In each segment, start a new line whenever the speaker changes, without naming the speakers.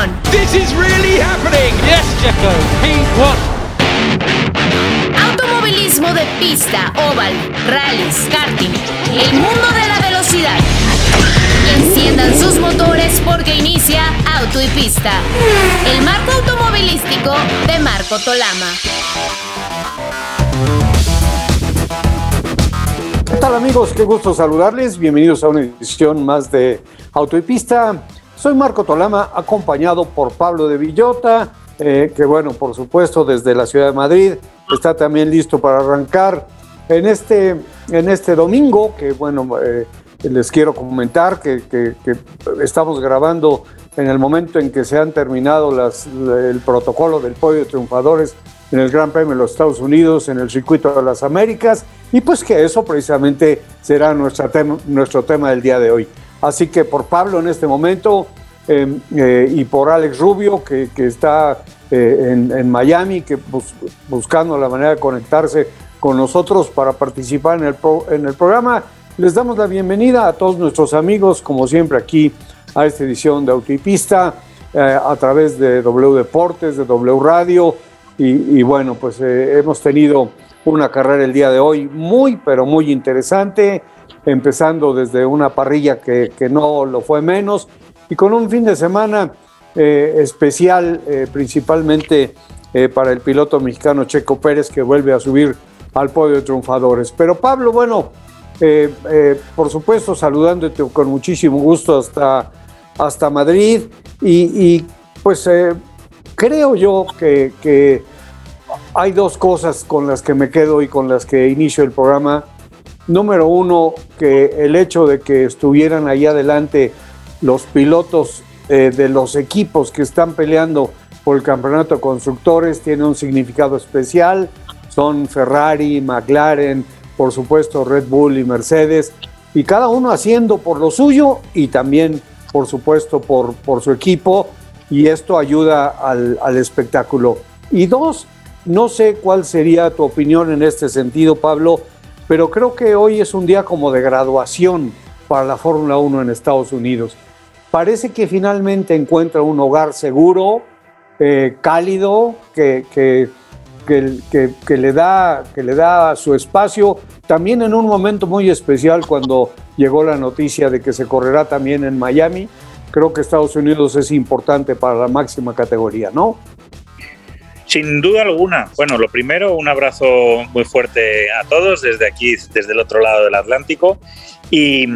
emoción.
This is really happening.
Yes, Checo, P1.
Automovilismo de pista, oval, rallies, karting, el mundo de la velocidad. Enciendan sus motores porque inicia Auto y Pista, el marco automovilístico de Marco Tolama.
¿Qué tal, amigos? Qué gusto saludarles. Bienvenidos a una edición más de Auto y Pista. Soy Marco Tolama, acompañado por Pablo de Villota, que bueno, por supuesto, desde la ciudad de Madrid, está también listo para arrancar en este domingo, que bueno, les quiero comentar que estamos grabando en el momento en que se han terminado el protocolo del podio de triunfadores en el Gran Premio de los Estados Unidos, en el Circuito de las Américas, y pues que eso precisamente será nuestro tema del día de hoy. Así que por Pablo en este momento y por Alex Rubio, que está en Miami, que buscando la manera de conectarse con nosotros para participar en el programa, les damos la bienvenida a todos nuestros amigos, como siempre, aquí a esta edición de Auto y Pista, a través de W Deportes, de W Radio, y bueno, pues hemos tenido una carrera el día de hoy muy, pero muy interesante, empezando desde una parrilla que no lo fue menos, y con un fin de semana especial, principalmente para el piloto mexicano Checo Pérez, que vuelve a subir al podio de triunfadores. Pero Pablo, bueno, por supuesto, saludándote con muchísimo gusto hasta Madrid, y pues creo yo que hay dos cosas con las que me quedo y con las que inicio el programa. Número uno, que el hecho de que estuvieran ahí adelante los pilotos de los equipos que están peleando por el campeonato de constructores tiene un significado especial. Son Ferrari, McLaren, por supuesto Red Bull y Mercedes, y cada uno haciendo por lo suyo y también, por supuesto, por su equipo, y esto ayuda al espectáculo. Y dos, no sé cuál sería tu opinión en este sentido, Pablo, pero creo que hoy es un día como de graduación para la Fórmula 1 en Estados Unidos. Parece que finalmente encuentra un hogar seguro, cálido, que le da su espacio, también en un momento muy especial cuando llegó la noticia de que se correrá también en Miami. Creo que Estados Unidos es importante para la máxima categoría, ¿no?
Sin duda alguna. Bueno, lo primero, un abrazo muy fuerte a todos desde aquí, desde el otro lado del Atlántico. Y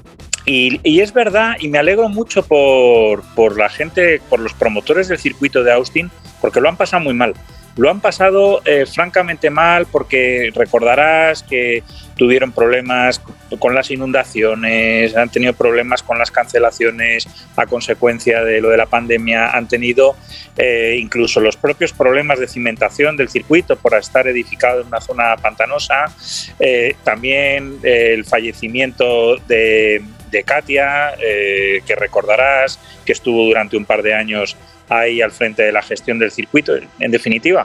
es verdad, y me alegro mucho por la gente, por los promotores del circuito de Austin, porque lo han pasado muy mal. Lo han pasado francamente mal, porque recordarás que tuvieron problemas con las inundaciones, han tenido problemas con las cancelaciones a consecuencia de lo de la pandemia, han tenido incluso los propios problemas de cimentación del circuito por estar edificado en una zona pantanosa, también el fallecimiento de Katia, que recordarás que estuvo durante un par de años ahí al frente de la gestión del circuito. En definitiva,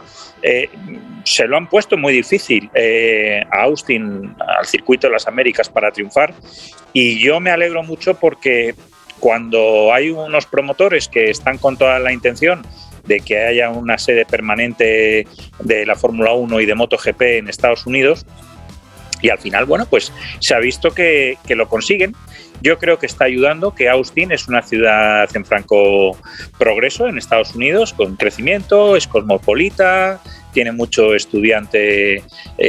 se lo han puesto muy difícil a Austin, al circuito de las Américas, para triunfar, y yo me alegro mucho porque cuando hay unos promotores que están con toda la intención de que haya una sede permanente de la Fórmula 1 y de MotoGP en Estados Unidos, y al final, bueno, pues se ha visto que lo consiguen. Yo creo que está ayudando, que Austin es una ciudad en franco progreso en Estados Unidos, con crecimiento, es cosmopolita, tiene mucho estudiante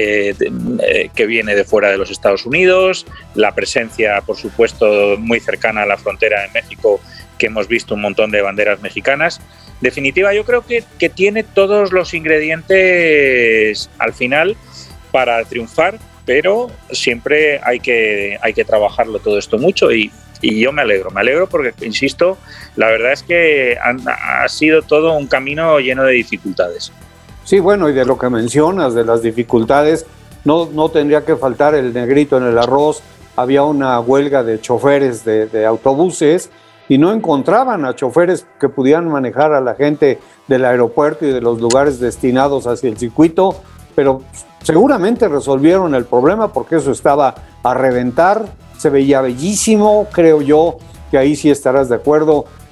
que viene de fuera de los Estados Unidos, la presencia, por supuesto, muy cercana a la frontera de México, que hemos visto un montón de banderas mexicanas. En definitiva, yo creo que tiene todos los ingredientes al final para triunfar, pero siempre hay que trabajarlo todo esto mucho, y yo me alegro porque, insisto, la verdad es que ha sido todo un camino lleno de dificultades.
Sí, bueno, y de lo que mencionas, de las dificultades, no tendría que faltar el negrito en el arroz. Había una huelga de choferes de autobuses y no encontraban a choferes que pudieran manejar a la gente del aeropuerto y de los lugares destinados hacia el circuito, pero seguramente resolvieron el problema porque eso estaba a reventar, se veía bellísimo. Creo yo que ahí sí estarás de acuerdo,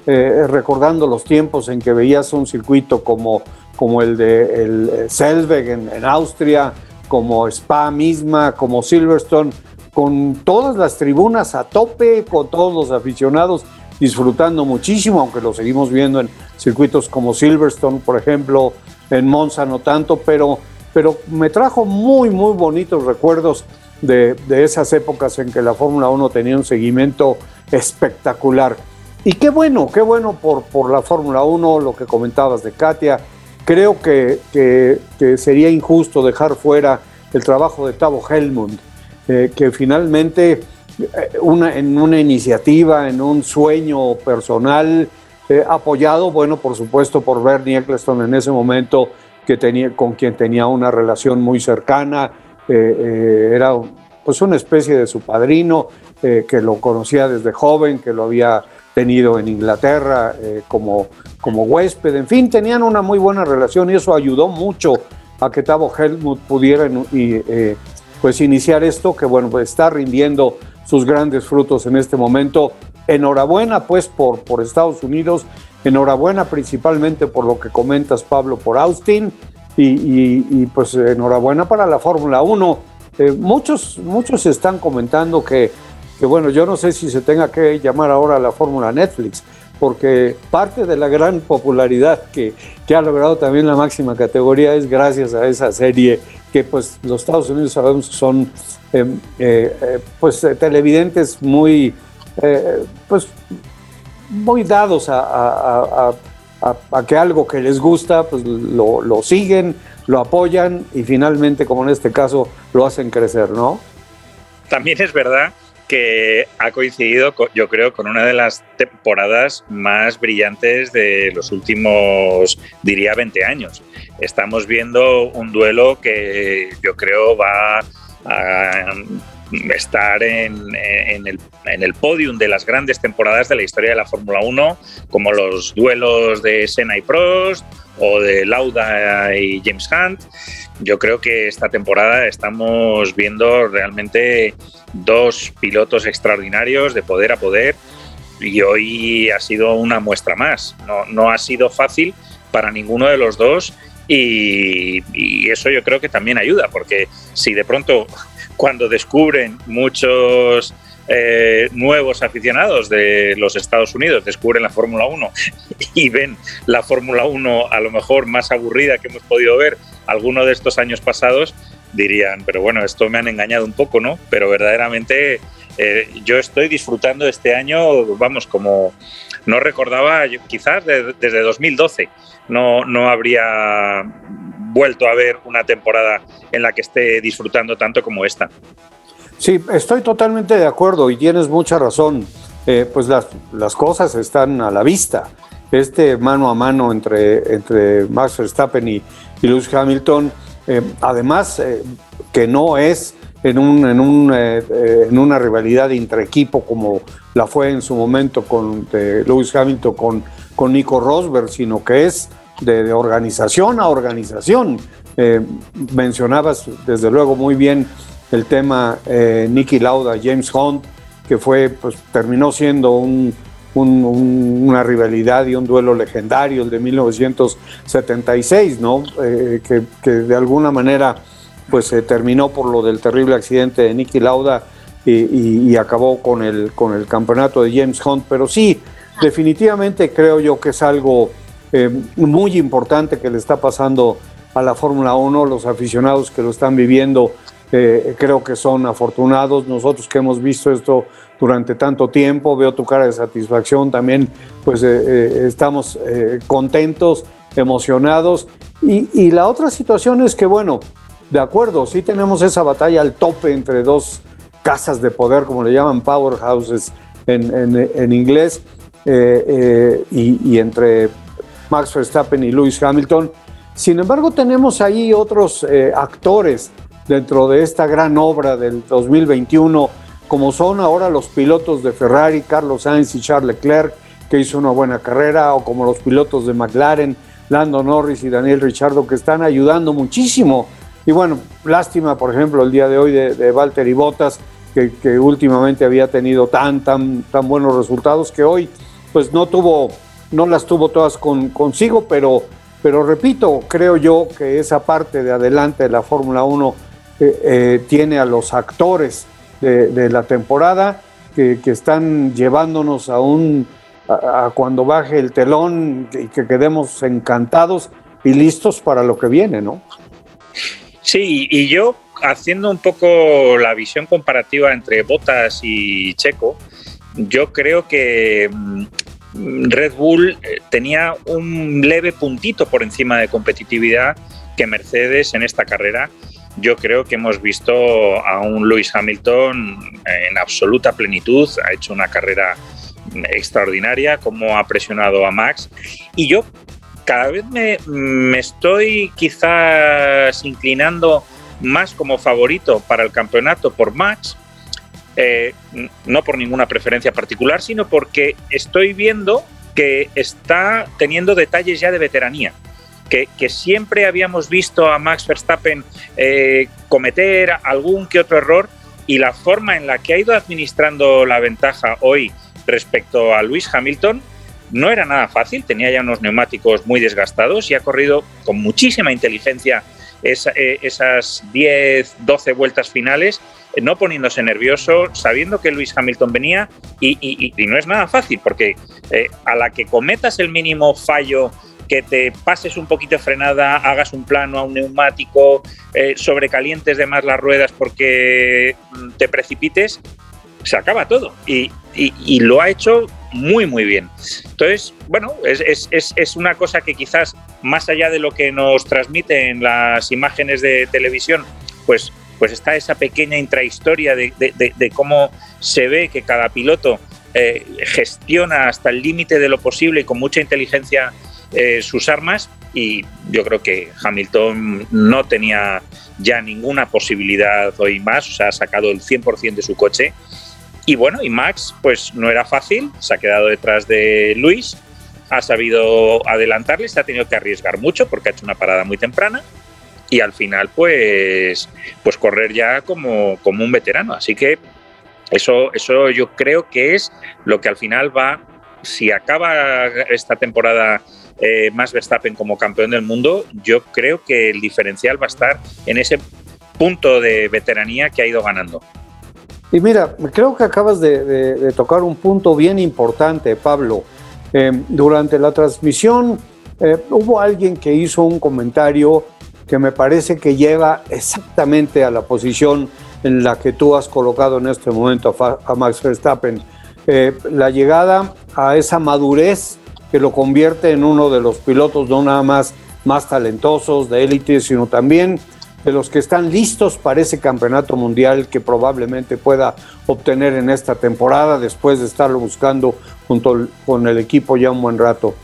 recordando los tiempos en que veías un circuito como el de el Selberg en Austria, como Spa misma, como Silverstone, con todas las tribunas a tope, con todos los aficionados disfrutando muchísimo, aunque lo seguimos viendo en circuitos como Silverstone, por ejemplo, en Monza no tanto, pero me trajo muy, muy bonitos recuerdos de esas épocas en que la Fórmula 1 tenía un seguimiento espectacular. Y qué bueno por la Fórmula 1, lo que comentabas de Katia. Creo que sería injusto dejar fuera el trabajo de Tavo Helmund, que finalmente en una iniciativa, en un sueño personal, apoyado, bueno, por supuesto, por Bernie Ecclestone en ese momento, con quien tenía una relación muy cercana, era pues una especie de su padrino, que lo conocía desde joven, que lo había tenido en Inglaterra como huésped, en fin, tenían una muy buena relación y eso ayudó mucho a que Tavo Helmut pudiera pues iniciar esto, que bueno, pues está rindiendo sus grandes frutos en este momento. Enhorabuena pues por Estados Unidos, enhorabuena principalmente por lo que comentas, Pablo, por Austin, y pues enhorabuena para la Fórmula 1. Muchos están comentando que bueno, yo no sé si se tenga que llamar ahora la Fórmula Netflix, porque parte de la gran popularidad que ha logrado también la máxima categoría es gracias a esa serie que pues los Estados Unidos sabemos que son televidentes muy dados a que algo que les gusta pues lo siguen, lo apoyan y finalmente, como en este caso, lo hacen crecer, ¿no?
También es verdad que ha coincidido, yo creo, con una de las temporadas más brillantes de los últimos, diría, 20 años. Estamos viendo un duelo que yo creo va a estar en el podium de las grandes temporadas de la historia de la Fórmula 1, como los duelos de Senna y Prost o de Lauda y James Hunt. Yo creo que esta temporada estamos viendo realmente dos pilotos extraordinarios de poder a poder y hoy ha sido una muestra más. No ha sido fácil para ninguno de los dos y eso yo creo que también ayuda, porque si de pronto cuando descubren muchos nuevos aficionados de los Estados Unidos, descubren la Fórmula 1 y ven la Fórmula 1 a lo mejor más aburrida que hemos podido ver alguno de estos años pasados, dirían, pero bueno, esto me han engañado un poco, ¿no? Pero verdaderamente yo estoy disfrutando este año, vamos, como no recordaba, quizás desde 2012 no habría vuelto a ver una temporada en la que esté disfrutando tanto como esta.
Sí, estoy totalmente de acuerdo y tienes mucha razón. Pues las cosas están a la vista. Mano a mano entre Max Verstappen y Lewis Hamilton, además que no es en una rivalidad intraequipo como la fue en su momento con Lewis Hamilton con Nico Rosberg, sino que es de organización a organización. Mencionabas desde luego muy bien el tema Niki Lauda, James Hunt, que terminó siendo una rivalidad y un duelo legendario, el de 1976, ¿no? Que de alguna manera pues terminó por lo del terrible accidente de Niki Lauda y acabó con el campeonato de James Hunt. Pero sí, definitivamente creo yo que es algo muy importante que le está pasando a la Fórmula 1. Los aficionados que lo están viviendo creo que son afortunados. Nosotros que hemos visto esto durante tanto tiempo, veo tu cara de satisfacción también, pues estamos contentos, emocionados. Y la otra situación es que, bueno, de acuerdo, sí tenemos esa batalla al tope entre dos casas de poder, como le llaman, powerhouses en inglés, y entre Max Verstappen y Lewis Hamilton. Sin embargo, tenemos ahí otros actores dentro de esta gran obra del 2021, como son ahora los pilotos de Ferrari, Carlos Sainz y Charles Leclerc, que hizo una buena carrera, o como los pilotos de McLaren, Lando Norris y Daniel Ricciardo, que están ayudando muchísimo. Y bueno, lástima, por ejemplo, el día de hoy de Valtteri Bottas, que últimamente había tenido tan buenos resultados, que hoy pues no las tuvo todas consigo, pero repito, creo yo que esa parte de adelante de la Fórmula 1 tiene a los actores de la temporada que están llevándonos a cuando baje el telón y que quedemos encantados y listos para lo que viene, ¿no?
Sí, y yo, haciendo un poco la visión comparativa entre Bottas y Checo, yo creo que Red Bull tenía un leve puntito por encima de competitividad que Mercedes en esta carrera. Yo creo que hemos visto a un Lewis Hamilton en absoluta plenitud, ha hecho una carrera extraordinaria, como ha presionado a Max, y yo cada vez me estoy quizás inclinando más como favorito para el campeonato por Max, no por ninguna preferencia particular, sino porque estoy viendo que está teniendo detalles ya de veteranía, que siempre habíamos visto a Max Verstappen cometer algún que otro error, y la forma en la que ha ido administrando la ventaja hoy respecto a Lewis Hamilton no era nada fácil. Tenía ya unos neumáticos muy desgastados y ha corrido con muchísima inteligencia esas 10, 12 vueltas finales, no poniéndose nervioso, sabiendo que Lewis Hamilton venía, y no es nada fácil, porque a la que cometas el mínimo fallo, que te pases un poquito de frenada, hagas un plano a un neumático, sobrecalientes de más las ruedas porque te precipites, se acaba todo, y lo ha hecho muy muy bien. Entonces, bueno, es una cosa que quizás más allá de lo que nos transmiten las imágenes de televisión, pues está esa pequeña intrahistoria de cómo se ve que cada piloto gestiona hasta el límite de lo posible y con mucha inteligencia sus armas, y yo creo que Hamilton no tenía ya ninguna posibilidad hoy más, o sea, ha sacado el 100% de su coche. Y bueno, y Max, pues no era fácil, se ha quedado detrás de Luis, ha sabido adelantarle, se ha tenido que arriesgar mucho porque ha hecho una parada muy temprana, y al final pues correr ya como un veterano. Así que eso yo creo que es lo que al final va, si acaba esta temporada Max Verstappen como campeón del mundo, yo creo que el diferencial va a estar en ese punto de veteranía que ha ido ganando.
Y mira, creo que acabas de tocar un punto bien importante, Pablo. Durante la transmisión hubo alguien que hizo un comentario que me parece que lleva exactamente a la posición en la que tú has colocado en este momento a Max Verstappen. La llegada a esa madurez que lo convierte en uno de los pilotos no nada más talentosos, de élite, sino también de los que están listos para ese campeonato mundial que probablemente pueda obtener en esta temporada después de estarlo buscando junto con el equipo ya un buen rato.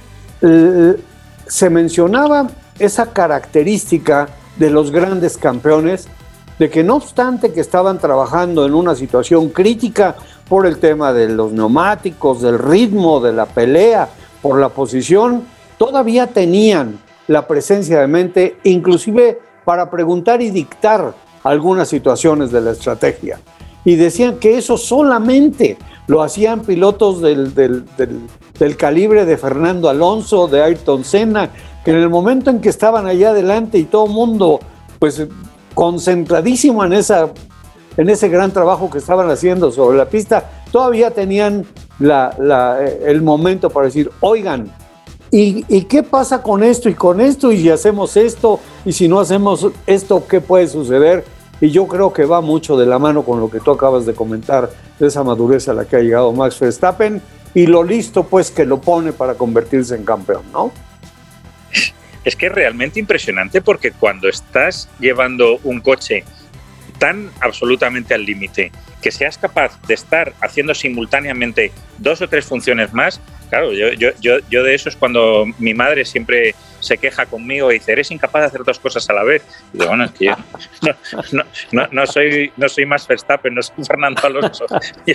Se mencionaba esa característica de los grandes campeones, de que no obstante que estaban trabajando en una situación crítica por el tema de los neumáticos, del ritmo, de la pelea, por la posición, todavía tenían la presencia de mente, inclusive para preguntar y dictar algunas situaciones de la estrategia. Y decían que eso solamente lo hacían pilotos del calibre de Fernando Alonso, de Ayrton Senna, que en el momento en que estaban allá adelante y todo el mundo pues concentradísimo en ese gran trabajo que estaban haciendo sobre la pista, todavía tenían el momento para decir, oigan, ¿y qué pasa con esto y con esto? Y si hacemos esto, y si no hacemos esto, ¿qué puede suceder? Y yo creo que va mucho de la mano con lo que tú acabas de comentar, de esa madurez a la que ha llegado Max Verstappen, y lo listo pues que lo pone para convertirse en campeón, ¿no?
Es que es realmente impresionante, porque cuando estás llevando un coche tan absolutamente al límite, que seas capaz de estar haciendo simultáneamente 2 o 3 funciones más. Claro, yo de eso es cuando mi madre siempre se queja conmigo y dice, eres incapaz de hacer 2 cosas a la vez. Y digo, bueno, es que yo no soy Max Verstappen, no soy Fernando Alonso.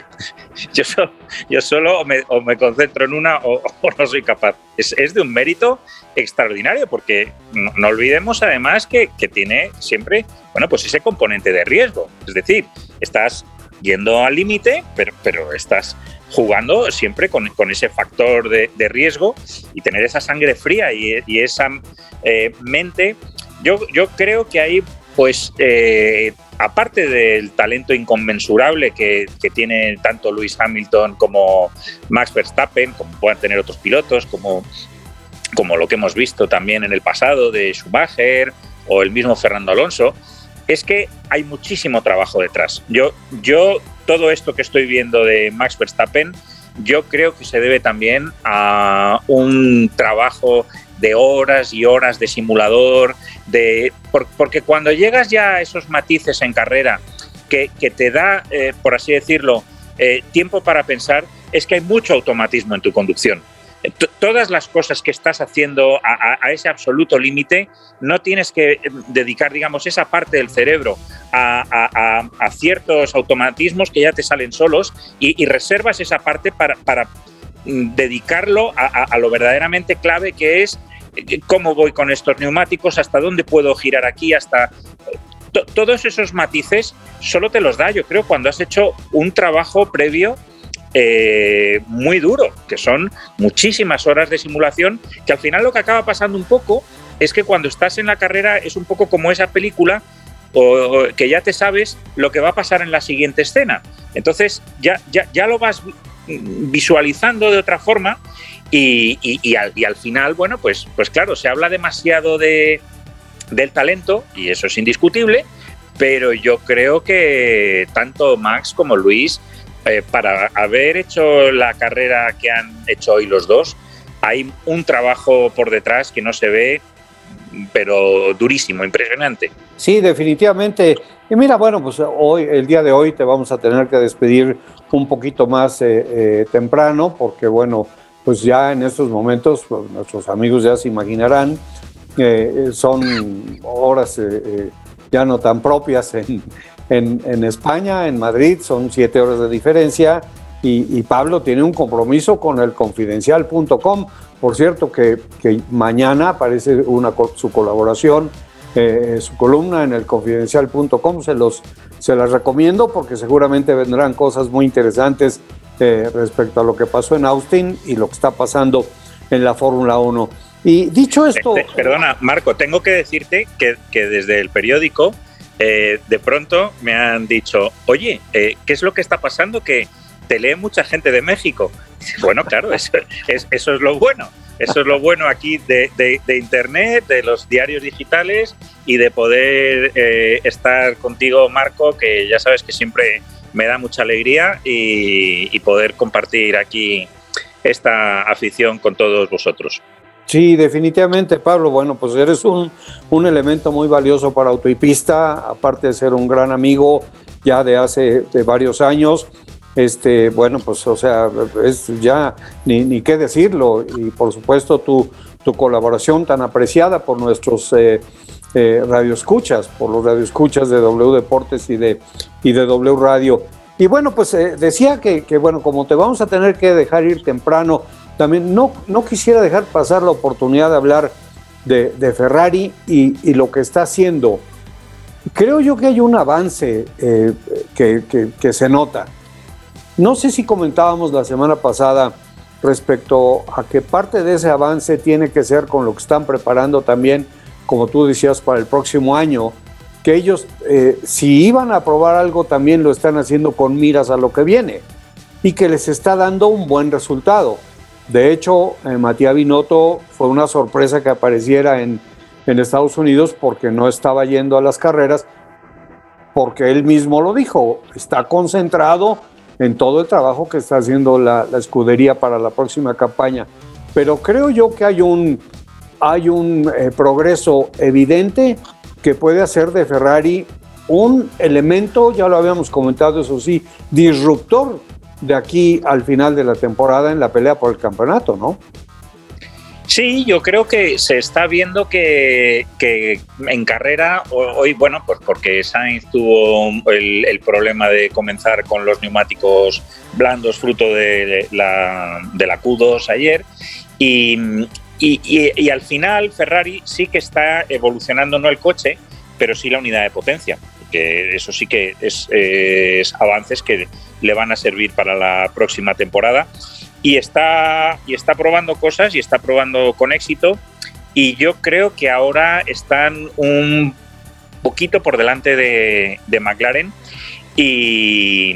Yo solo o me concentro en una o no soy capaz. Es de un mérito extraordinario, porque no olvidemos además que tiene siempre, bueno, pues ese componente de riesgo. Es decir, estás yendo al límite, pero estás jugando siempre con ese factor de riesgo y tener esa sangre fría y esa mente. Yo creo que ahí, pues, aparte del talento inconmensurable que tiene tanto Lewis Hamilton como Max Verstappen, como puedan tener otros pilotos, como lo que hemos visto también en el pasado de Schumacher o el mismo Fernando Alonso, es que hay muchísimo trabajo detrás. Yo todo esto que estoy viendo de Max Verstappen, yo creo que se debe también a un trabajo de horas y horas de simulador, porque cuando llegas ya a esos matices en carrera que te da, por así decirlo, tiempo para pensar, es que hay mucho automatismo en tu conducción. Todas las cosas que estás haciendo a ese absoluto límite, no tienes que dedicar, digamos, esa parte del cerebro a ciertos automatismos que ya te salen solos y reservas esa parte para dedicarlo a lo verdaderamente clave, que es cómo voy con estos neumáticos, hasta dónde puedo girar aquí, hasta... Todos esos matices solo te los da, yo creo, cuando has hecho un trabajo previo muy duro, que son muchísimas horas de simulación, que al final lo que acaba pasando un poco es que cuando estás en la carrera es un poco como esa película o que ya te sabes lo que va a pasar en la siguiente escena. Entonces ya lo vas visualizando de otra forma y al final, bueno, pues claro, se habla demasiado del talento y eso es indiscutible, pero yo creo que tanto Max como Luis, para haber hecho la carrera que han hecho hoy los dos, hay un trabajo por detrás que no se ve, pero durísimo, impresionante.
Sí, definitivamente. Y mira, bueno, pues el día de hoy te vamos a tener que despedir un poquito más temprano, porque bueno, pues ya en estos momentos, pues, nuestros amigos ya se imaginarán, son horas ya no tan propias en España, en Madrid, son 7 horas de diferencia, y Pablo tiene un compromiso con el Confidencial.com. Por cierto, que mañana aparece su colaboración, su columna en el Confidencial.com. Se las recomiendo porque seguramente vendrán cosas muy interesantes respecto a lo que pasó en Austin y lo que está pasando en la Fórmula 1. Y dicho esto...
Perdona, Marco, tengo que decirte que desde el periódico de pronto me han dicho, oye, ¿qué es lo que está pasando? Que te lee mucha gente de México. Bueno, claro, eso es lo bueno. Eso es lo bueno aquí de Internet, de los diarios digitales y de poder estar contigo, Marco, que ya sabes que siempre me da mucha alegría y poder compartir aquí esta afición con todos vosotros.
Sí, definitivamente, Pablo. Bueno, pues eres un elemento muy valioso para Auto y Pista, aparte de ser un gran amigo ya de varios años. Bueno, pues, o sea, es ya ni qué decirlo. Y por supuesto, tu colaboración tan apreciada por nuestros radioescuchas, por los radioescuchas de W Deportes y de W Radio. Y bueno, pues decía que bueno, como te vamos a tener que dejar ir temprano, también no quisiera dejar pasar la oportunidad de hablar de Ferrari y lo que está haciendo. Creo yo que hay un avance que se nota. No sé si comentábamos la semana pasada respecto a que parte de ese avance tiene que ser con lo que están preparando también, como tú decías, para el próximo año, que ellos, si iban a probar algo, también lo están haciendo con miras a lo que viene y que les está dando un buen resultado. De hecho, Matías Binotto fue una sorpresa que apareciera en Estados Unidos porque no estaba yendo a las carreras, porque él mismo lo dijo, está concentrado en todo el trabajo que está haciendo la escudería para la próxima campaña. Pero creo yo que hay un progreso evidente que puede hacer de Ferrari un elemento, ya lo habíamos comentado, eso sí, disruptor de aquí al final de la temporada en la pelea por el campeonato, ¿no?
Sí, yo creo que se está viendo que en carrera hoy, bueno, pues porque Sainz tuvo el problema de comenzar con los neumáticos blandos fruto de la Q2 ayer y al final Ferrari sí que está evolucionando, no el coche, pero sí la unidad de potencia. que eso sí que es avances que le van a servir para la próxima temporada. Y está probando cosas y está probando con éxito, y yo creo que ahora están un poquito por delante de McLaren, y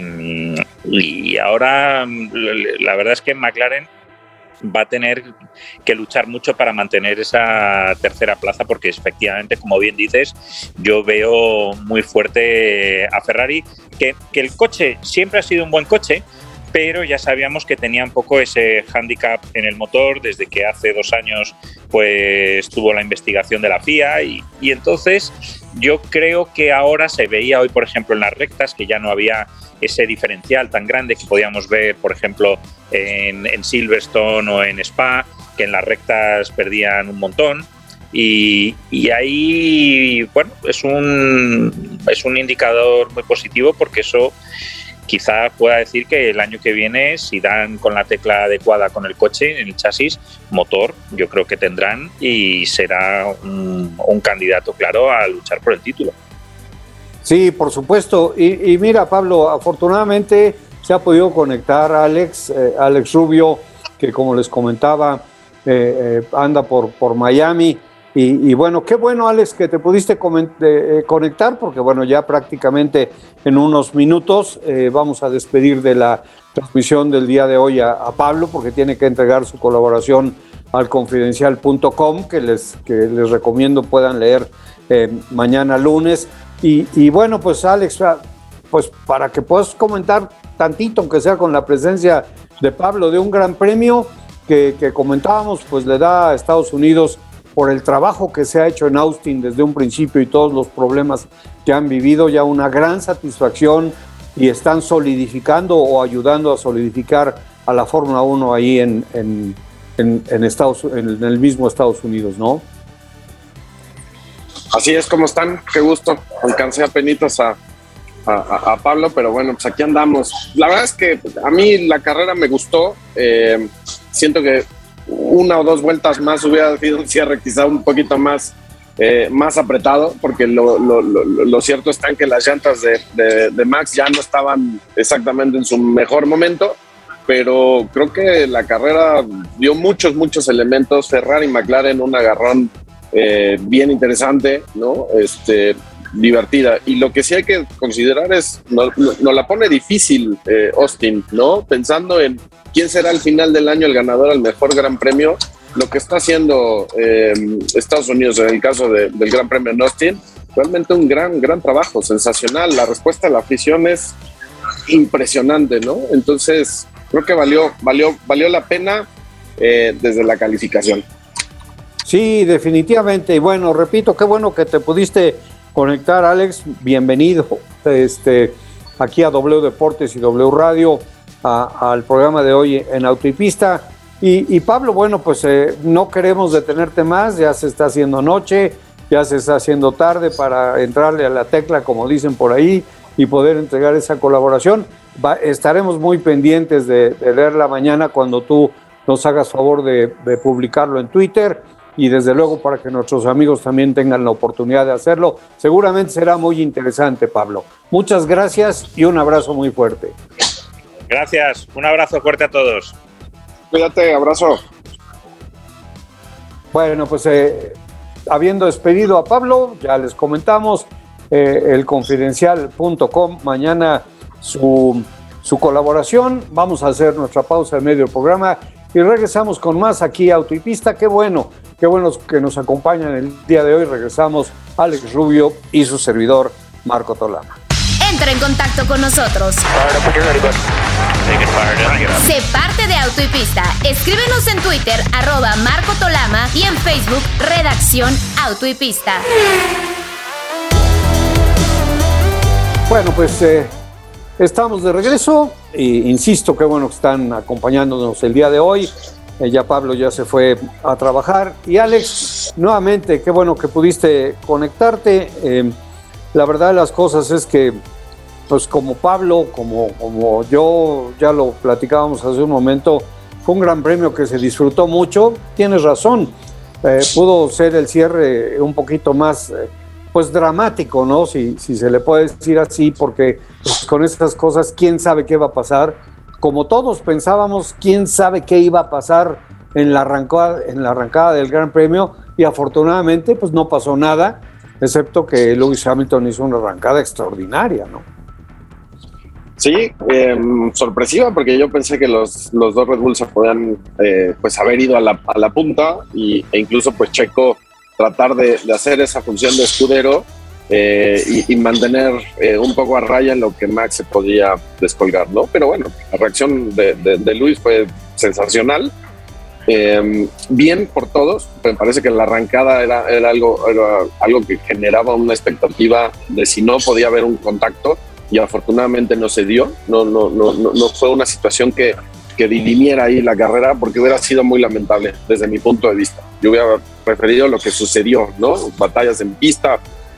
ahora la verdad es que McLaren va a tener que luchar mucho para mantener esa tercera plaza, porque efectivamente, como bien dices, yo veo muy fuerte a Ferrari, que el coche siempre ha sido un buen coche, pero ya sabíamos que tenía un poco ese hándicap en el motor desde que hace 2 años pues tuvo la investigación de la FIA, y entonces yo creo que ahora se veía hoy, por ejemplo, en las rectas, que ya no había ese diferencial tan grande que podíamos ver, por ejemplo, en Silverstone o en Spa, que en las rectas perdían un montón. Y ahí, bueno, es un indicador muy positivo, porque eso quizá pueda decir que el año que viene, si dan con la tecla adecuada con el coche, en el chasis, motor, yo creo que tendrán, y será un candidato claro a luchar por el título.
Sí, por supuesto. Y mira, Pablo, afortunadamente se ha podido conectar Alex Rubio, que como les comentaba, anda por Miami. Y bueno, qué bueno, Alex, que te pudiste conectar, porque bueno, ya prácticamente en unos minutos vamos a despedir de la transmisión del día de hoy a Pablo, porque tiene que entregar su colaboración al confidencial.com, que les recomiendo puedan leer mañana lunes. Y bueno, pues Alex, pues para que puedas comentar tantito, aunque sea con la presencia de Pablo, de un gran premio que comentábamos, pues le da a Estados Unidos, por el trabajo que se ha hecho en Austin desde un principio y todos los problemas que han vivido, ya una gran satisfacción, y están solidificando o ayudando a solidificar a la Fórmula 1 ahí en el mismo Estados Unidos, ¿no?
Así es. ¿Cómo están? Qué gusto. Alcancé apenitas a Pablo, pero bueno, pues aquí andamos. La verdad es que a mí la carrera me gustó. Siento que 1 o 2 vueltas más hubiera sido un cierre quizá un poquito más apretado, porque lo cierto está en que las llantas de Max ya no estaban exactamente en su mejor momento, pero creo que la carrera dio muchos elementos. Ferrari y McLaren, un agarrón bien interesante, ¿no? Divertida. Y lo que sí hay que considerar es, nos la pone difícil Austin, ¿no? Pensando en quién será al final del año el ganador al mejor Gran Premio. Lo que está haciendo Estados Unidos en el caso del Gran Premio en Austin, realmente un gran trabajo, sensacional. La respuesta de la afición es impresionante, ¿no? Entonces creo que valió la pena desde la calificación.
Sí, definitivamente. Y bueno, repito, qué bueno que te pudiste conectar, Alex. Bienvenido aquí a W Deportes y W Radio, al programa de hoy en Auto y Pista. Y Pablo, bueno, pues no queremos detenerte más, ya se está haciendo noche, ya se está haciendo tarde para entrarle a la tecla, como dicen por ahí, y poder entregar esa colaboración. Estaremos muy pendientes de leerla mañana cuando tú nos hagas favor de publicarlo en Twitter, y desde luego para que nuestros amigos también tengan la oportunidad de hacerlo. Seguramente será muy interesante, Pablo. Muchas gracias y un abrazo muy fuerte.
Gracias, un abrazo fuerte a todos.
Cuídate, abrazo.
Bueno, pues habiendo despedido a Pablo, ya les comentamos, el confidencial.com, mañana su colaboración. Vamos a hacer nuestra pausa en medio del programa y regresamos con más aquí a Auto y Pista. Qué bueno que nos acompañan el día de hoy. Regresamos Alex Rubio y su servidor Marco Tolama.
Entra en contacto con nosotros. Sé parte de Auto y Pista. Escríbenos en Twitter, @Marco Tolama, y en Facebook, Redacción Auto y Pista.
Bueno, pues estamos de regreso. Insisto, qué bueno que están acompañándonos el día de hoy. Ya Pablo ya se fue a trabajar. Y Alex, nuevamente, qué bueno que pudiste conectarte. La verdad de las cosas es que, pues como Pablo, como yo ya lo platicábamos hace un momento, fue un gran premio que se disfrutó mucho. Tienes razón, pudo ser el cierre un poquito más pues dramático, ¿no? Si se le puede decir así, porque pues, con estas cosas, quién sabe qué va a pasar. Como todos pensábamos, quién sabe qué iba a pasar en la arrancada del Gran Premio, y afortunadamente pues no pasó nada, excepto que Lewis Hamilton hizo una arrancada extraordinaria, ¿no?
Sí, sorpresiva, porque yo pensé que los dos Red Bull se podían pues haber ido a la punta e incluso pues Checo tratar de hacer esa función de escudero y mantener un poco a raya en lo que Max se podía descolgar, ¿no? Pero bueno, la reacción de Lewis fue sensacional. Bien por todos, me parece que la arrancada era algo que generaba una expectativa de si no podía haber un contacto, y afortunadamente no se dio. No fue una situación que dirimiera ahí la carrera, porque hubiera sido muy lamentable desde mi punto de vista. Yo hubiera preferido lo que sucedió, ¿no? Batallas en pista,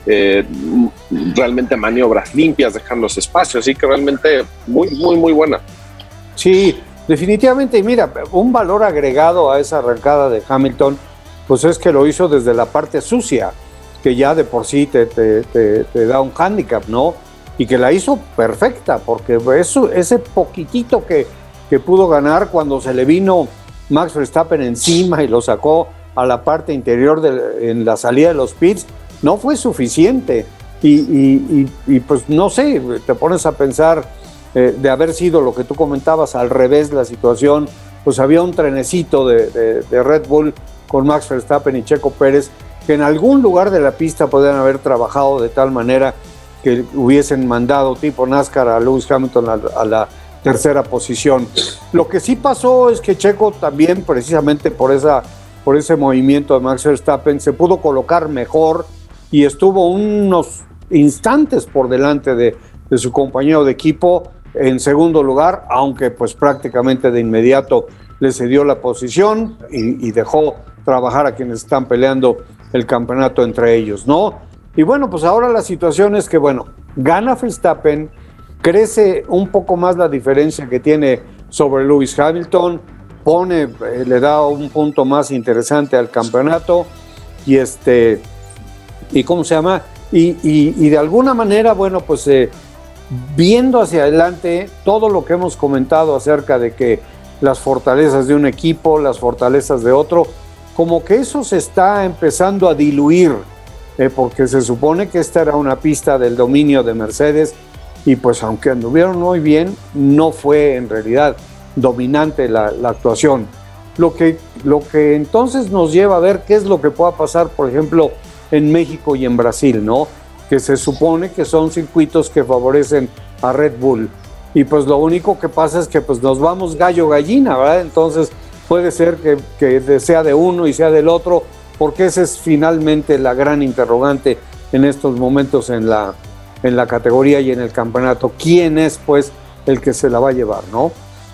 realmente maniobras limpias, dejando los espacios, así que realmente muy, muy, muy buena.
Sí, definitivamente. Y mira, un valor agregado a esa arrancada de Hamilton, pues es que lo hizo desde la parte sucia, que ya de por sí te da un hándicap, ¿no? Y que la hizo perfecta, porque ese poquitito que pudo ganar cuando se le vino Max Verstappen encima y lo sacó a la parte interior en la salida de los pits, no fue suficiente. Y pues no sé, te pones a pensar, de haber sido lo que tú comentabas al revés la situación, pues había un trenecito de Red Bull con Max Verstappen y Checo Pérez, que en algún lugar de la pista podían haber trabajado de tal manera que hubiesen mandado tipo NASCAR a Lewis Hamilton a la tercera posición. Lo que sí pasó es que Checo también, precisamente por ese movimiento de Max Verstappen, se pudo colocar mejor y estuvo unos instantes por delante de su compañero de equipo en segundo lugar, aunque pues prácticamente de inmediato le cedió la posición y dejó trabajar a quienes están peleando el campeonato entre ellos, ¿no? Y bueno, pues ahora la situación es que, bueno, gana Verstappen, crece un poco más la diferencia que tiene sobre Lewis Hamilton, le da un punto más interesante al campeonato y ¿cómo se llama? Y de alguna manera, bueno, pues viendo hacia adelante todo lo que hemos comentado acerca de que las fortalezas de un equipo, las fortalezas de otro, como que eso se está empezando a diluir, porque se supone que esta era una pista del dominio de Mercedes, y pues aunque anduvieron muy bien, no fue en realidad dominante la actuación. Lo que entonces nos lleva a ver qué es lo que pueda pasar, por ejemplo, en México y en Brasil, ¿no? Que se supone que son circuitos que favorecen a Red Bull. Y pues lo único que pasa es que pues nos vamos gallo-gallina, ¿verdad? Entonces puede ser que sea de uno y sea del otro, porque esa es finalmente la gran interrogante en estos momentos en la categoría y en el campeonato. ¿Quién es, pues, el que se la va a llevar, no?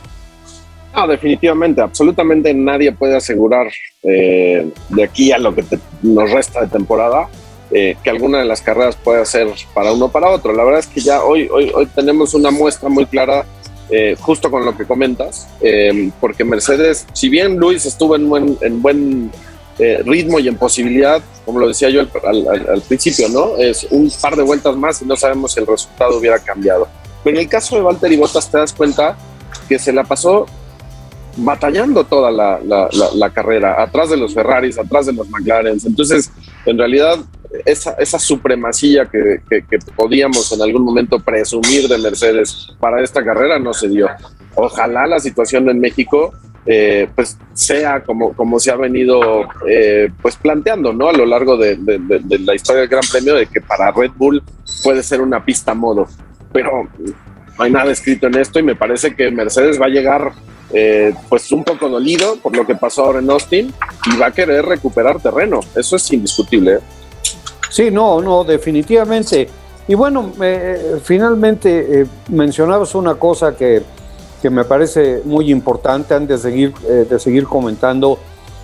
No, definitivamente, absolutamente nadie puede asegurar de aquí a lo que nos resta de temporada que alguna de las carreras pueda ser para uno o para otro. La verdad es que ya hoy tenemos una muestra muy clara, justo con lo que comentas, porque Mercedes, si bien Luis estuvo en buen ritmo y en posibilidad, como lo decía yo al principio, ¿no? Es un par de vueltas más y no sabemos si el resultado hubiera cambiado. Pero en el caso de Valtteri Bottas te das cuenta que se la pasó batallando toda la carrera, atrás de los Ferraris, atrás de los McLaren. Entonces, en realidad, esa supremacía que podíamos en algún momento presumir de Mercedes para esta carrera no se dio. Ojalá la situación en México pues sea como se ha venido pues planteando, ¿no? A lo largo de la historia del Gran Premio, de que para Red Bull puede ser una pista modo, pero no hay nada escrito en esto, y me parece que Mercedes va a llegar pues un poco dolido por lo que pasó ahora en Austin, y va a querer recuperar terreno. Eso es indiscutible, ¿eh?
Sí, no, definitivamente. Y bueno, finalmente mencionabas una cosa que me parece muy importante antes de seguir comentando,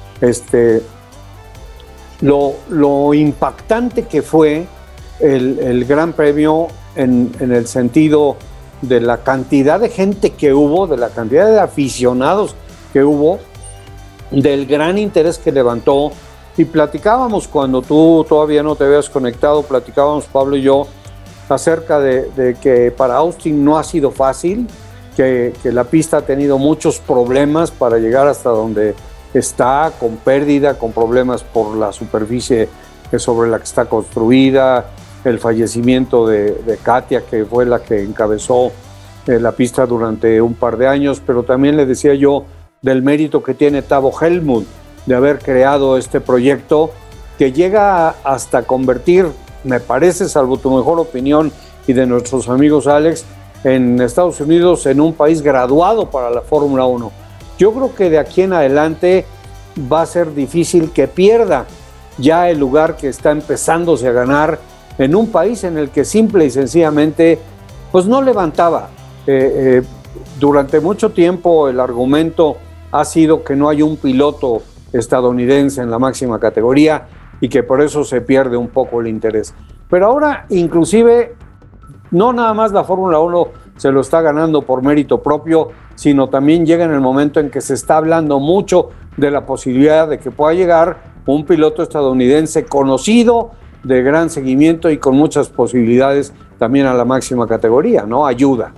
lo impactante que fue el Gran Premio en el sentido de la cantidad de gente que hubo, de la cantidad de aficionados que hubo, del gran interés que levantó y platicábamos cuando tú todavía no te habías conectado, platicábamos Pablo y yo acerca de que para Austin no ha sido fácil, que la pista ha tenido muchos problemas para llegar hasta donde está, con pérdida, con problemas por la superficie sobre la que está construida, el fallecimiento de Katia, que fue la que encabezó la pista durante un par de años, pero también le decía yo del mérito que tiene Tavo Helmut de haber creado este proyecto que llega hasta convertir, me parece, salvo tu mejor opinión y de nuestros amigos Alex, en Estados Unidos en un país graduado para la Fórmula 1. Yo creo que de aquí en adelante va a ser difícil que pierda ya el lugar que está empezándose a ganar en un país en el que simple y sencillamente pues no levantaba. Durante mucho tiempo el argumento ha sido que no hay un piloto estadounidense en la máxima categoría y que por eso se pierde un poco el interés. Pero ahora inclusive no nada más la Fórmula 1 se lo está ganando por mérito propio, sino también llega en el momento en que se está hablando mucho de la posibilidad de que pueda llegar un piloto estadounidense conocido, de gran seguimiento y con muchas posibilidades también a la máxima categoría, ¿no? Ayuda.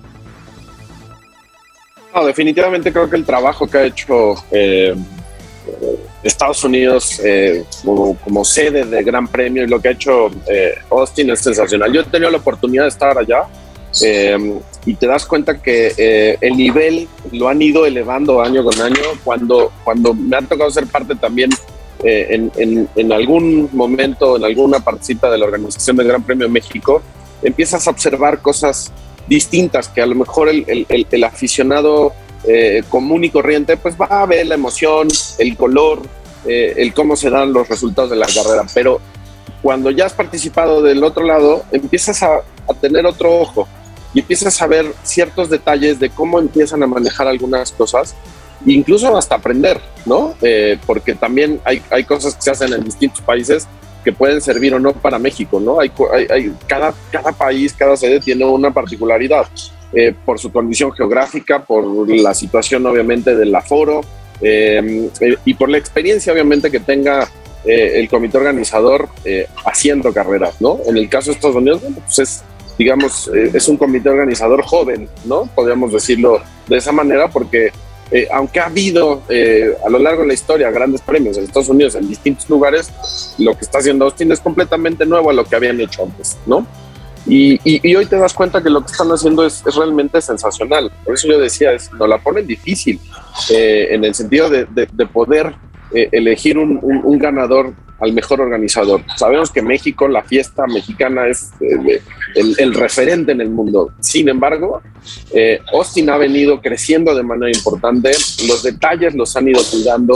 No, definitivamente creo que el trabajo que ha hecho Estados Unidos como sede del Gran Premio y lo que ha hecho Austin es sensacional. Yo he tenido la oportunidad de estar allá y te das cuenta que el nivel lo han ido elevando año con año. Cuando me ha tocado ser parte también en algún momento, en alguna partecita de la organización del Gran Premio de México, empiezas a observar cosas distintas que a lo mejor el aficionado común y corriente pues va a ver la emoción, el color, el cómo se dan los resultados de la carrera, pero cuando ya has participado del otro lado empiezas a tener otro ojo y empiezas a ver ciertos detalles de cómo empiezan a manejar algunas cosas, incluso hasta aprender, ¿no? Porque también hay cosas que se hacen en distintos países que pueden servir o no para México, ¿no? Cada país, cada sede tiene una particularidad por su condición geográfica, por la situación obviamente del aforo y por la experiencia obviamente que tenga el comité organizador haciendo carreras, ¿no? En el caso de Estados Unidos, bueno, pues es un comité organizador joven, ¿no? Podríamos decirlo de esa manera porque aunque ha habido a lo largo de la historia grandes premios en Estados Unidos en distintos lugares, lo que está haciendo Austin es completamente nuevo a lo que habían hecho antes, ¿no? Y hoy te das cuenta que lo que están haciendo es realmente sensacional. Por eso yo decía, nos la ponen difícil en el sentido de poder elegir un ganador al mejor organizador. Sabemos que México, la fiesta mexicana es el referente en el mundo. Sin embargo, Austin ha venido creciendo de manera importante, los detalles los han ido cuidando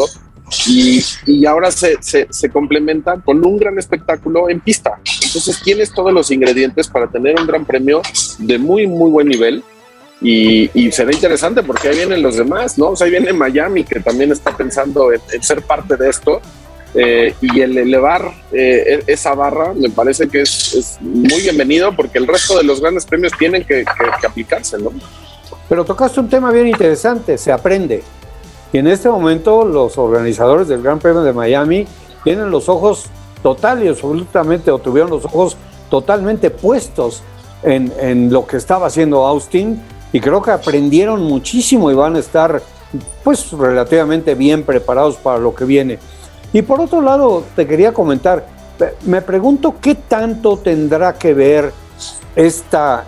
y ahora se complementa con un gran espectáculo en pista. Entonces tienes todos los ingredientes para tener un gran premio de muy, muy buen nivel. Y será interesante porque ahí vienen los demás, ¿no? O sea, ahí viene Miami, que también está pensando en ser parte de esto. Y el elevar esa barra me parece que es muy bienvenido porque el resto de los grandes premios tienen que aplicarse, ¿no?
Pero tocaste un tema bien interesante, se aprende. Y en este momento los organizadores del Gran Premio de Miami tienen los ojos total y absolutamente, o tuvieron los ojos totalmente puestos en lo que estaba haciendo Austin, y creo que aprendieron muchísimo y van a estar pues relativamente bien preparados para lo que viene. Y por otro lado, te quería comentar, me pregunto qué tanto tendrá que ver esta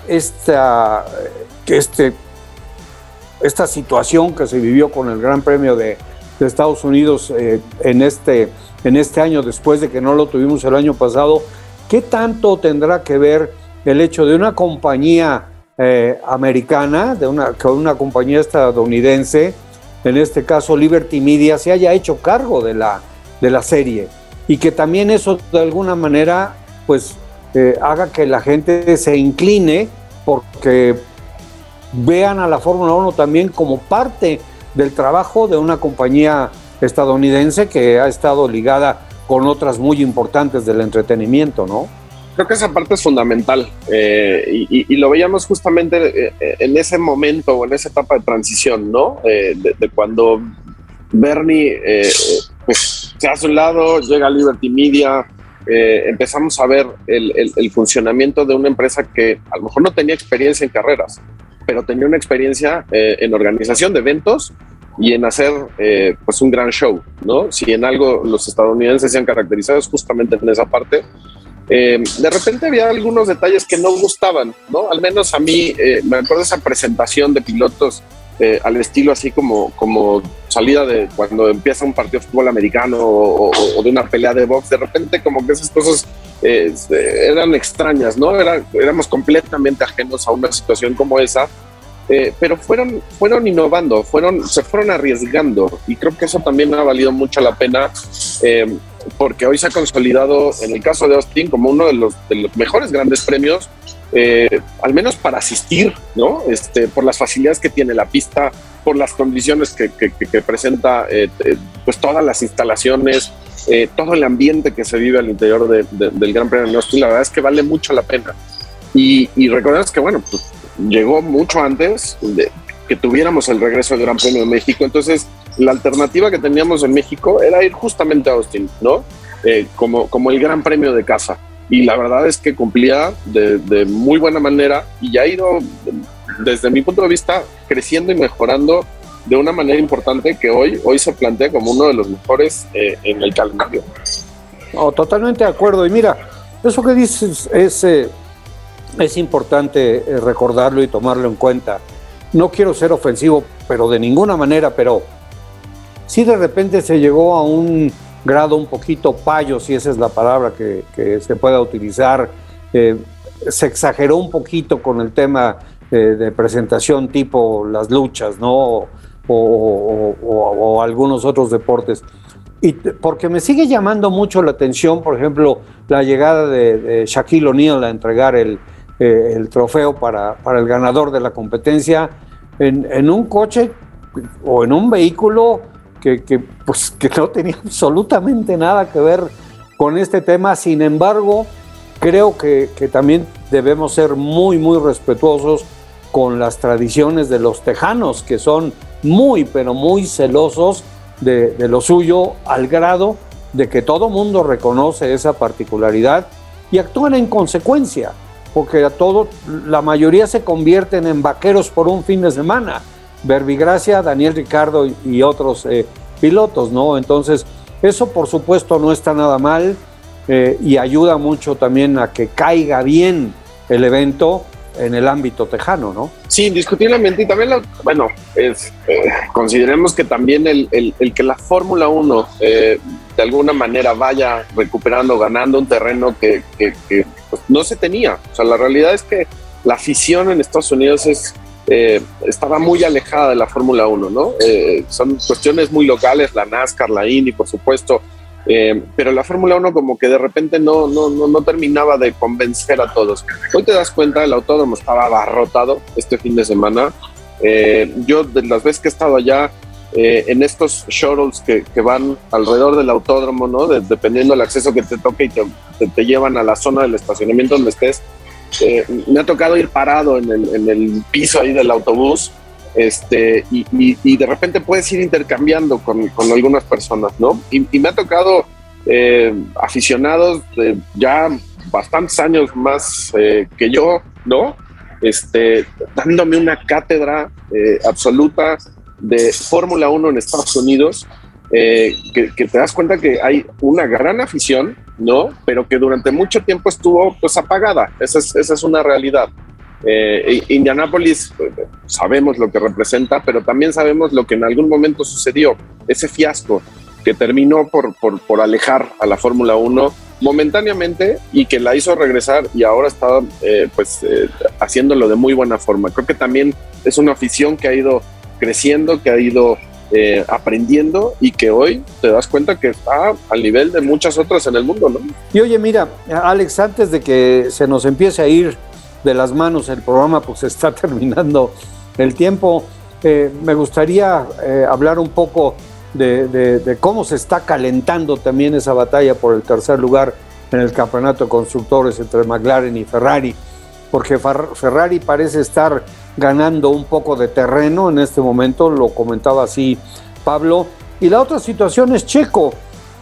situación que se vivió con el Gran Premio de Estados Unidos en este año, después de que no lo tuvimos el año pasado. ¿Qué tanto tendrá que ver el hecho de una compañía americana, que una compañía estadounidense, en este caso Liberty Media, se haya hecho cargo de la serie, y que también eso de alguna manera pues haga que la gente se incline porque vean a la Fórmula 1 también como parte del trabajo de una compañía estadounidense que ha estado ligada con otras muy importantes del entretenimiento, ¿no?
Creo que esa parte es fundamental y lo veíamos justamente en ese momento o en esa etapa de transición, ¿no? De cuando Bernie pues se hace un lado, llega Liberty Media, empezamos a ver el funcionamiento de una empresa que a lo mejor no tenía experiencia en carreras, pero tenía una experiencia en organización de eventos y en hacer pues un gran show, ¿no? Si en algo los estadounidenses se han caracterizado es justamente en esa parte. De repente había algunos detalles que no gustaban, ¿no? Al menos a mí, me acuerdo de esa presentación de pilotos al estilo así como salida de cuando empieza un partido de fútbol americano o de una pelea de box. De repente como que esas cosas eran extrañas, ¿no? Éramos completamente ajenos a una situación como esa, pero fueron innovando, se fueron arriesgando, y creo que eso también ha valido mucho la pena, porque hoy se ha consolidado, en el caso de Austin, como uno de los mejores grandes premios, al menos para asistir, ¿no? Por las facilidades que tiene la pista, por las condiciones que presenta, pues todas las instalaciones, todo el ambiente que se vive al interior del Gran Premio de Austin. La verdad es que vale mucho la pena. Y recordemos que, bueno, pues llegó mucho antes de que tuviéramos el regreso del Gran Premio de México. Entonces, la alternativa que teníamos en México era ir justamente a Austin, ¿no? Como el Gran Premio de casa. Y la verdad es que cumplía de muy buena manera y ha ido, desde mi punto de vista, creciendo y mejorando de una manera importante que hoy se plantea como uno de los mejores en el calendario.
No, totalmente de acuerdo. Y mira, eso que dices es importante recordarlo y tomarlo en cuenta. No quiero ser ofensivo, pero de ninguna manera, pero sí de repente se llegó a un grado un poquito payo, si esa es la palabra que se pueda utilizar. Se exageró un poquito con el tema de presentación tipo las luchas, ¿no? O algunos otros deportes. Y porque me sigue llamando mucho la atención, por ejemplo, la llegada de Shaquille O'Neal a entregar el trofeo para el ganador de la competencia en un coche o en un vehículo que no tenía absolutamente nada que ver con este tema. Sin embargo, creo que también debemos ser muy, muy respetuosos con las tradiciones de los tejanos, que son muy, pero muy celosos de lo suyo, al grado de que todo mundo reconoce esa particularidad y actúan en consecuencia, porque la mayoría se convierten en vaqueros por un fin de semana. Verbigracia, Daniel Ricciardo y otros pilotos, ¿no? Entonces, eso por supuesto no está nada mal y ayuda mucho también a que caiga bien el evento en el ámbito tejano, ¿no?
Sí, indiscutiblemente. Y también, consideremos que también el que la Fórmula 1 de alguna manera vaya recuperando, ganando un terreno que pues, no se tenía. O sea, la realidad es que la afición en Estados Unidos estaba muy alejada de la Fórmula 1, ¿no? Son cuestiones muy locales, la NASCAR, la Indy, por supuesto, pero la Fórmula 1 como que de repente no terminaba de convencer a todos. Hoy te das cuenta, el autódromo estaba abarrotado este fin de semana. Yo, de las veces que he estado allá, en estos shuttles que van alrededor del autódromo, ¿no? Dependiendo del acceso que te toque y te llevan a la zona del estacionamiento donde estés, me ha tocado ir parado en el piso ahí del autobús, y de repente puedes ir intercambiando con algunas personas, ¿no? Y me ha tocado aficionados de ya bastantes años más que yo, ¿no? Dándome una cátedra absoluta de Fórmula 1 en Estados Unidos, que te das cuenta que hay una gran afición, ¿no? Pero que durante mucho tiempo estuvo pues apagada. Esa es una realidad. Indianápolis, sabemos lo que representa, pero también sabemos lo que en algún momento sucedió, ese fiasco que terminó por alejar a la Fórmula 1 momentáneamente y que la hizo regresar y ahora está haciéndolo de muy buena forma. Creo que también es una afición que ha ido creciendo, que ha ido aprendiendo y que hoy te das cuenta que está al nivel de muchas otras en el mundo, ¿no?
Y oye, mira, Alex, antes de que se nos empiece a ir de las manos el programa, pues se está terminando el tiempo, me gustaría hablar un poco de cómo se está calentando también esa batalla por el tercer lugar en el campeonato de constructores entre McLaren y Ferrari, porque Ferrari parece estar ganando un poco de terreno en este momento, lo comentaba así Pablo. Y la otra situación es Checo,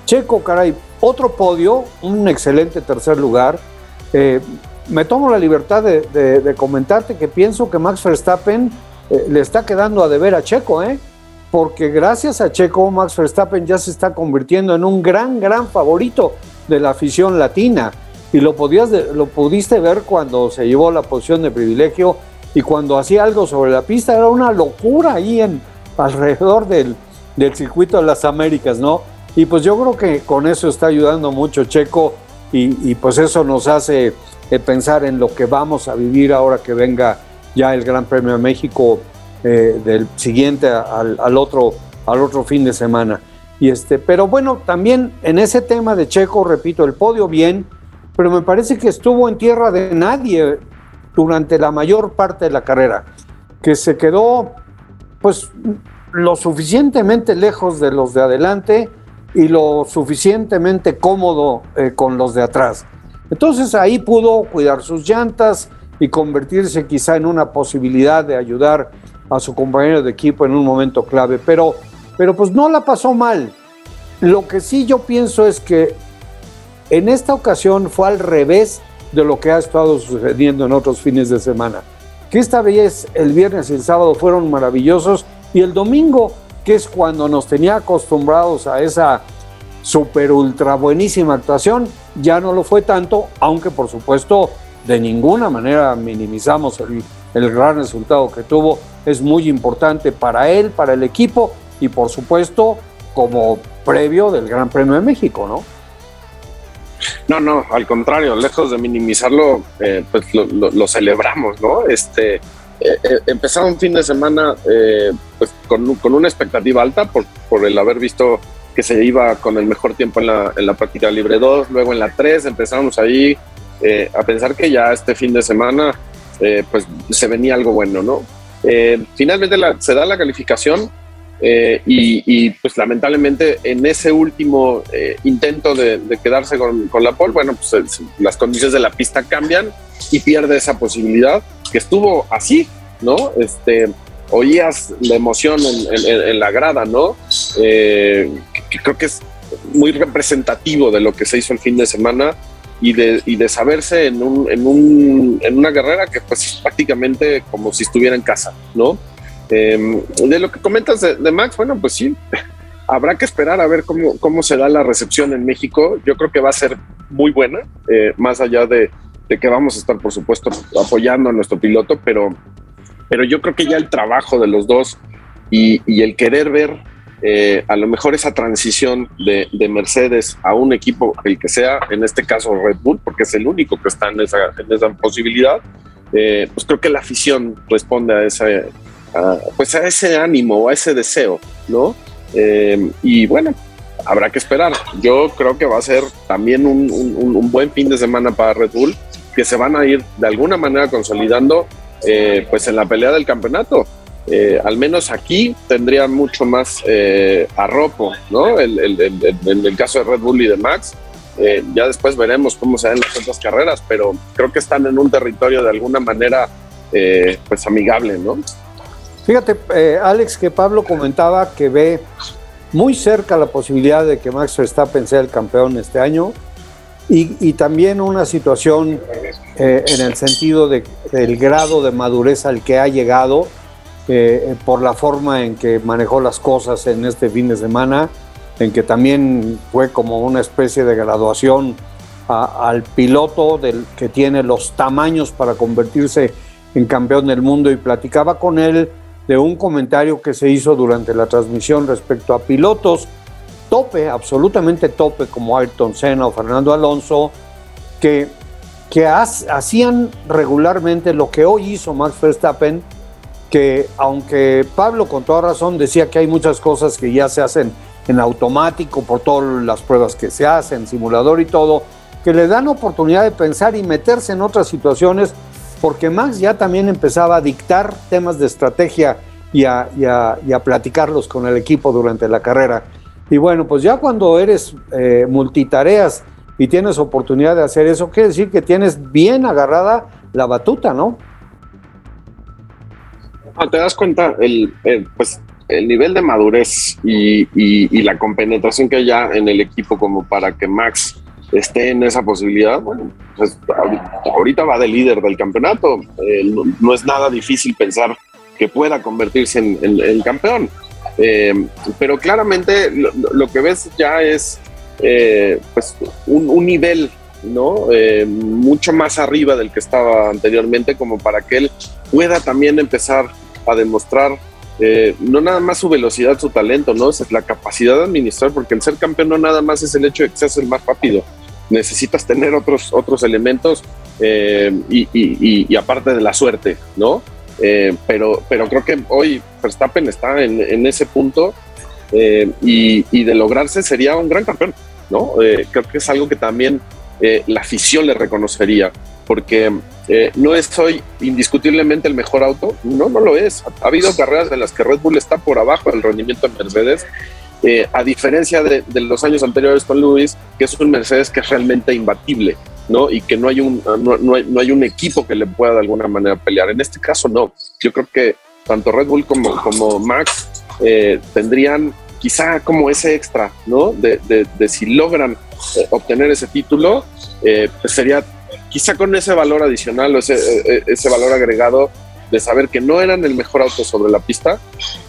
Checo, caray, otro podio, un excelente tercer lugar. Me tomo la libertad de comentarte que pienso que Max Verstappen le está quedando a deber a Checo, porque gracias a Checo, Max Verstappen ya se está convirtiendo en un gran favorito de la afición latina. Y lo pudiste ver cuando se llevó la posición de privilegio y cuando hacía algo sobre la pista. Era una locura ahí alrededor del circuito de las Américas, ¿no? Y pues yo creo que con eso está ayudando mucho Checo y pues eso nos hace pensar en lo que vamos a vivir ahora que venga ya el Gran Premio de México del siguiente al otro fin de semana. Pero bueno, también en ese tema de Checo, repito, el podio bien, pero me parece que estuvo en tierra de nadie durante la mayor parte de la carrera, que se quedó pues lo suficientemente lejos de los de adelante y lo suficientemente cómodo con los de atrás. Entonces ahí pudo cuidar sus llantas y convertirse quizá en una posibilidad de ayudar a su compañero de equipo en un momento clave, pero pues no la pasó mal. Lo que sí yo pienso es que en esta ocasión fue al revés de lo que ha estado sucediendo en otros fines de semana, que esta vez el viernes y el sábado fueron maravillosos y el domingo, que es cuando nos tenía acostumbrados a esa super ultra buenísima actuación, ya no lo fue tanto, aunque por supuesto de ninguna manera minimizamos el gran resultado que tuvo. Es muy importante para él, para el equipo y por supuesto como previo del Gran Premio de México, ¿no?
No, al contrario, lejos de minimizarlo, pues lo celebramos, ¿no? Empezar un fin de semana pues con una expectativa alta por el haber visto que se iba con el mejor tiempo en la práctica libre 2, luego en la 3 empezamos ahí a pensar que ya este fin de semana pues se venía algo bueno, ¿no? Finalmente se da la calificación y pues lamentablemente en ese último intento de quedarse con la pole, bueno, pues las condiciones de la pista cambian y pierde esa posibilidad que estuvo así, ¿no? Oías la emoción en la grada, ¿no? Que creo que es muy representativo de lo que se hizo el fin de semana y de saberse en una carrera que pues es prácticamente como si estuviera en casa, ¿no? De lo que comentas de Max, bueno, pues sí, habrá que esperar a ver cómo se da la recepción en México. Yo creo que va a ser muy buena, más allá de que vamos a estar, por supuesto, apoyando a nuestro piloto, pero yo creo que ya el trabajo de los dos y el querer ver a lo mejor esa transición de Mercedes a un equipo, el que sea, en este caso Red Bull, porque es el único que está en esa posibilidad, pues creo que la afición responde a ese ánimo, a ese deseo, ¿no? Y bueno, habrá que esperar. Yo creo que va a ser también un buen fin de semana para Red Bull, que se van a ir de alguna manera consolidando pues en la pelea del campeonato. Al menos aquí tendría mucho más arropo, ¿no? En el caso de Red Bull y de Max, ya después veremos cómo se dan las otras carreras, pero creo que están en un territorio de alguna manera pues amigable, ¿no?
Fíjate, Alex, que Pablo comentaba que ve muy cerca la posibilidad de que Max Verstappen sea el campeón este año y también una situación en el sentido del grado de madurez al que ha llegado por la forma en que manejó las cosas en este fin de semana, en que también fue como una especie de graduación al piloto que tiene los tamaños para convertirse en campeón del mundo, y platicaba con él de un comentario que se hizo durante la transmisión respecto a pilotos tope, absolutamente tope, como Ayrton Senna o Fernando Alonso, que hacían regularmente lo que hoy hizo Max Verstappen, que aunque Pablo con toda razón decía que hay muchas cosas que ya se hacen en automático por todas las pruebas que se hacen, simulador y todo, que le dan oportunidad de pensar y meterse en otras situaciones, porque Max ya también empezaba a dictar temas de estrategia y a platicarlos con el equipo durante la carrera. Y bueno, pues ya cuando eres multitareas y tienes oportunidad de hacer eso, quiere decir que tienes bien agarrada la batuta, ¿no?
Te das cuenta, pues el nivel de madurez y la compenetración que hay ya en el equipo como para que Max esté en esa posibilidad, bueno, pues ahorita va de líder del campeonato. No es nada difícil pensar que pueda convertirse en campeón. Pero claramente lo que ves ya es pues un nivel, ¿no? Mucho más arriba del que estaba anteriormente, como para que él pueda también empezar a demostrar no nada más su velocidad, su talento, ¿no? Es la capacidad de administrar, porque el ser campeón no nada más es el hecho de que seas el más rápido. Necesitas tener otros elementos y aparte de la suerte, ¿no? Pero creo que hoy Verstappen está en ese punto y de lograrse sería un gran campeón, ¿no? Creo que es algo que también la afición le reconocería, porque no es hoy indiscutiblemente el mejor auto, no lo es. Ha habido carreras en las que Red Bull está por abajo del rendimiento de Mercedes, a diferencia de los años anteriores con Lewis, que es un Mercedes que es realmente imbatible, ¿no? Y que no hay un equipo que le pueda de alguna manera pelear. En este caso no. Yo creo que tanto Red Bull como Max tendrían quizá como ese extra, ¿no? De si logran obtener ese título, pues sería quizá con ese valor adicional o ese valor agregado de saber que no eran el mejor auto sobre la pista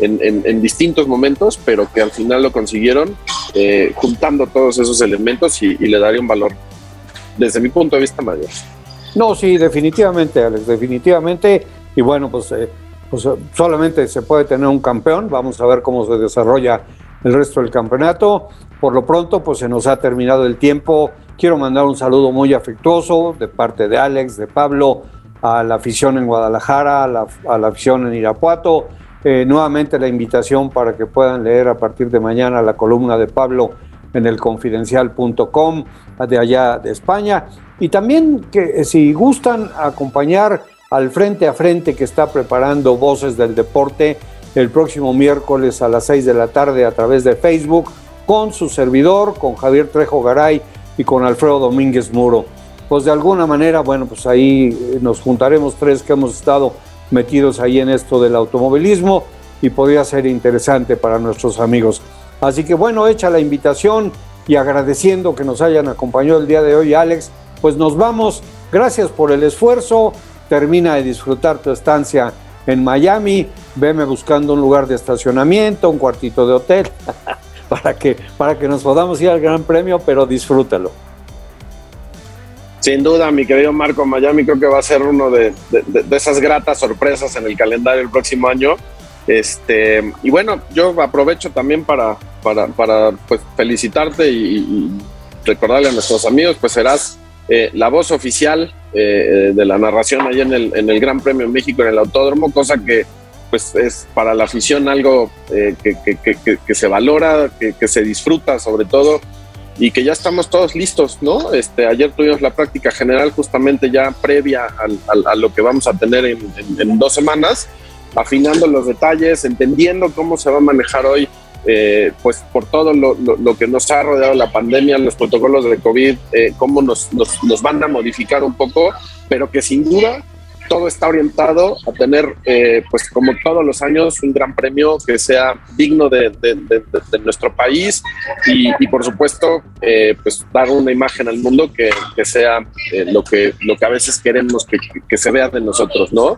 en distintos momentos, pero que al final lo consiguieron juntando todos esos elementos y le daría un valor, desde mi punto de vista, mayor.
No, sí, definitivamente, Alex, definitivamente. Y bueno, pues solamente se puede tener un campeón. Vamos a ver cómo se desarrolla el resto del campeonato. Por lo pronto, pues se nos ha terminado el tiempo. Quiero mandar un saludo muy afectuoso de parte de Alex, de Pablo, a la afición en Guadalajara, a la afición en Irapuato. Nuevamente la invitación para que puedan leer a partir de mañana la columna de Pablo en elconfidencial.com de allá de España. Y también que si gustan acompañar al Frente a Frente que está preparando Voces del Deporte el próximo miércoles a las 6 de la tarde a través de Facebook, con su servidor, con Javier Trejo Garay y con Alfredo Domínguez Muro. Pues de alguna manera, bueno, pues ahí nos juntaremos tres que hemos estado metidos ahí en esto del automovilismo y podría ser interesante para nuestros amigos. Así que bueno, hecha la invitación y agradeciendo que nos hayan acompañado el día de hoy, Alex, pues nos vamos. Gracias por el esfuerzo. Termina de disfrutar tu estancia en Miami. Veme buscando un lugar de estacionamiento, un cuartito de hotel, para que nos podamos ir al Gran Premio, pero disfrútalo.
Sin duda, mi querido Marco, Miami creo que va a ser uno de esas gratas sorpresas en el calendario el próximo año. Y bueno, yo aprovecho también para pues, felicitarte y recordarle a nuestros amigos, pues serás la voz oficial de la narración ahí en el Gran Premio en México, en el Autódromo, cosa que pues es para la afición algo que se valora, que se disfruta sobre todo, y que ya estamos todos listos, ¿no? Ayer tuvimos la práctica general justamente ya previa a lo que vamos a tener en 2 semanas, afinando los detalles, entendiendo cómo se va a manejar hoy, pues por todo lo que nos ha rodeado la pandemia, los protocolos de COVID, cómo nos van a modificar un poco, pero que sin duda todo está orientado a tener, pues como todos los años, un gran premio que sea digno de nuestro país y por supuesto, pues dar una imagen al mundo que sea lo que a veces queremos que se vea de nosotros, ¿no?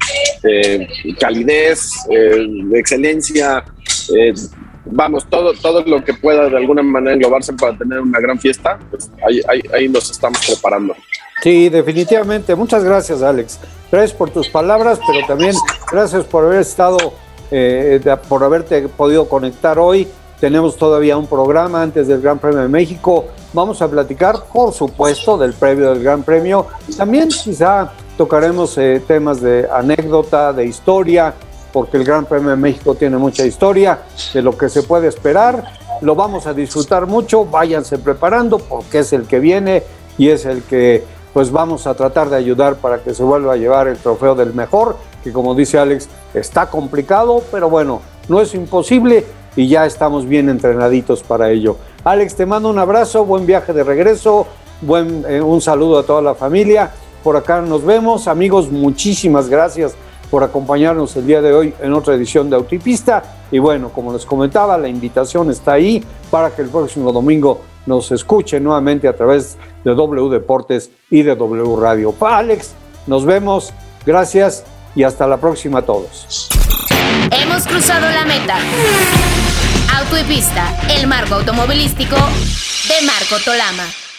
Calidez, excelencia, vamos, todo lo que pueda de alguna manera englobarse para tener una gran fiesta, pues ahí nos estamos preparando.
Sí, definitivamente. Muchas gracias, Alex. Gracias por tus palabras, pero también gracias por haber estado, por haberte podido conectar hoy. Tenemos todavía un programa antes del Gran Premio de México. Vamos a platicar, por supuesto, del previo del Gran Premio. También quizá tocaremos temas de anécdota, de historia, porque el Gran Premio de México tiene mucha historia, de lo que se puede esperar. Lo vamos a disfrutar mucho. Váyanse preparando porque es el que viene y es el que pues vamos a tratar de ayudar para que se vuelva a llevar el trofeo del mejor, que como dice Alex, está complicado, pero bueno, no es imposible y ya estamos bien entrenaditos para ello. Alex, te mando un abrazo, buen viaje de regreso, un saludo a toda la familia. Por acá nos vemos, amigos, muchísimas gracias por acompañarnos el día de hoy en otra edición de Auto y Pista. Y bueno, como les comentaba, la invitación está ahí para que el próximo domingo nos escuchen nuevamente a través de W Deportes y de W Radio. Alex, nos vemos, gracias y hasta la próxima a todos.
Hemos cruzado la meta. Auto y Pista, el marco automovilístico de Marco Tolama.